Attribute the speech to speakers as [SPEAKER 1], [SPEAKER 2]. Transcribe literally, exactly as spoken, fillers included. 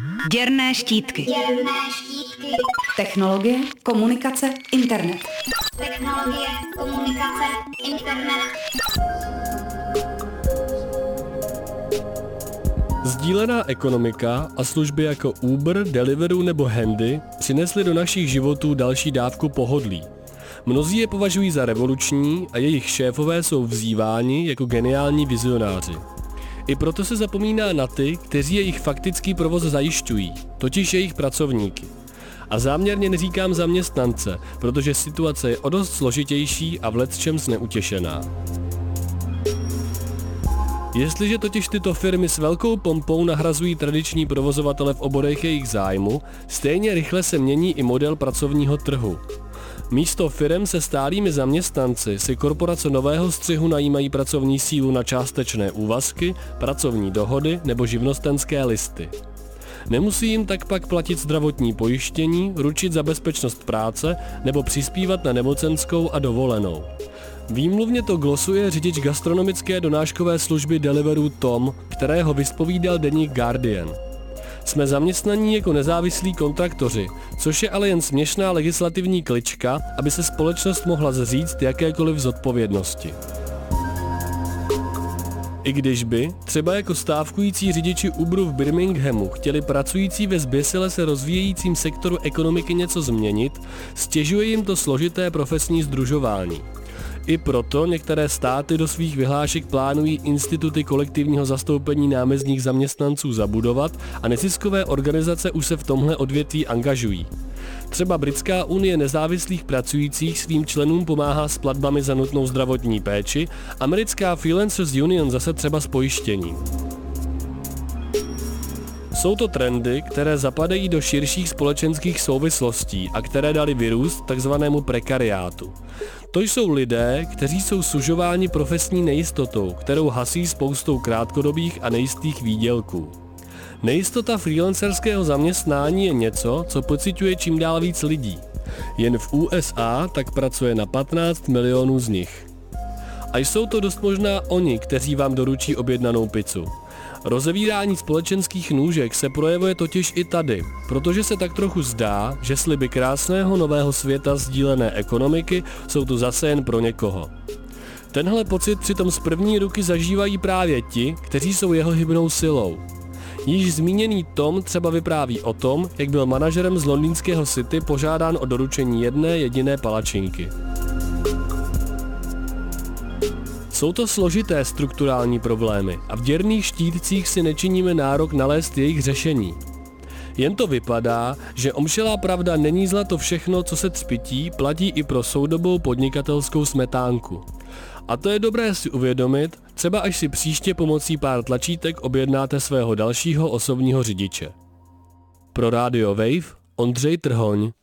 [SPEAKER 1] Děrné štítky.
[SPEAKER 2] Děrné štítky.
[SPEAKER 1] Technologie, komunikace, internet.
[SPEAKER 2] Technologie, komunikace, internet.
[SPEAKER 3] Sdílená ekonomika a služby jako Uber, Deliveroo nebo Handy přinesly do našich životů další dávku pohodlí. Mnozí je považují za revoluční a jejich šéfové jsou vzýváni jako geniální vizionáři. I proto se zapomíná na ty, kteří jejich faktický provoz zajišťují, totiž jejich pracovníky. A záměrně neříkám zaměstnance, protože situace je o dost složitější a v lecčems neutěšená. Jestliže totiž tyto firmy s velkou pompou nahrazují tradiční provozovatele v oborech jejich zájmu, stejně rychle se mění i model pracovního trhu. Místo firem se stálými zaměstnanci si korporace nového střihu najímají pracovní sílu na částečné úvazky, pracovní dohody nebo živnostenské listy. Nemusí jim tak pak platit zdravotní pojištění, ručit za bezpečnost práce nebo přispívat na nemocenskou a dovolenou. Výmluvně to glosuje řidič gastronomické donáškové služby Deliveroo Tom, kterého vyspovídal deník Guardian. Jsme zaměstnaní jako nezávislí kontraktoři, což je ale jen směšná legislativní klička, aby se společnost mohla zříct jakékoliv zodpovědnosti. I když by, třeba jako stávkující řidiči Uberu v Birminghamu, chtěli pracující ve zběsile se rozvíjejícím sektoru ekonomiky něco změnit, stěžuje jim to složité profesní sdružování. I proto některé státy do svých vyhlášek plánují instituty kolektivního zastoupení námezdních zaměstnanců zabudovat a neziskové organizace už se v tomhle odvětví angažují. Třeba Britská unie nezávislých pracujících svým členům pomáhá s platbami za nutnou zdravotní péči, americká Freelancers Union zase třeba s pojištěním. Jsou to trendy, které zapadají do širších společenských souvislostí a které dali vyrůst takzvanému prekariátu. To jsou lidé, kteří jsou sužováni profesní nejistotou, kterou hasí spoustou krátkodobých a nejistých výdělků. Nejistota freelancerského zaměstnání je něco, co pociťuje čím dál víc lidí. Jen v U S A tak pracuje na patnáct milionů z nich. A jsou to dost možná oni, kteří vám doručí objednanou pizzu. Rozevírání společenských nůžek se projevuje totiž i tady, protože se tak trochu zdá, že sliby krásného nového světa sdílené ekonomiky jsou tu zase jen pro někoho. Tenhle pocit přitom z první ruky zažívají právě ti, kteří jsou jeho hybnou silou. Již zmíněný Tom třeba vypráví o tom, jak byl manažerem z londýnského City požádán o doručení jedné jediné palačinky. Jsou to složité strukturální problémy a v děrných štítcích si nečiníme nárok nalézt jejich řešení. Jen to vypadá, že omšelá pravda není zlato všechno, co se třpytí, platí i pro soudobou podnikatelskou smetánku. A to je dobré si uvědomit, třeba až si příště pomocí pár tlačítek objednáte svého dalšího osobního řidiče. Pro Radio Wave Ondřej Trhoň.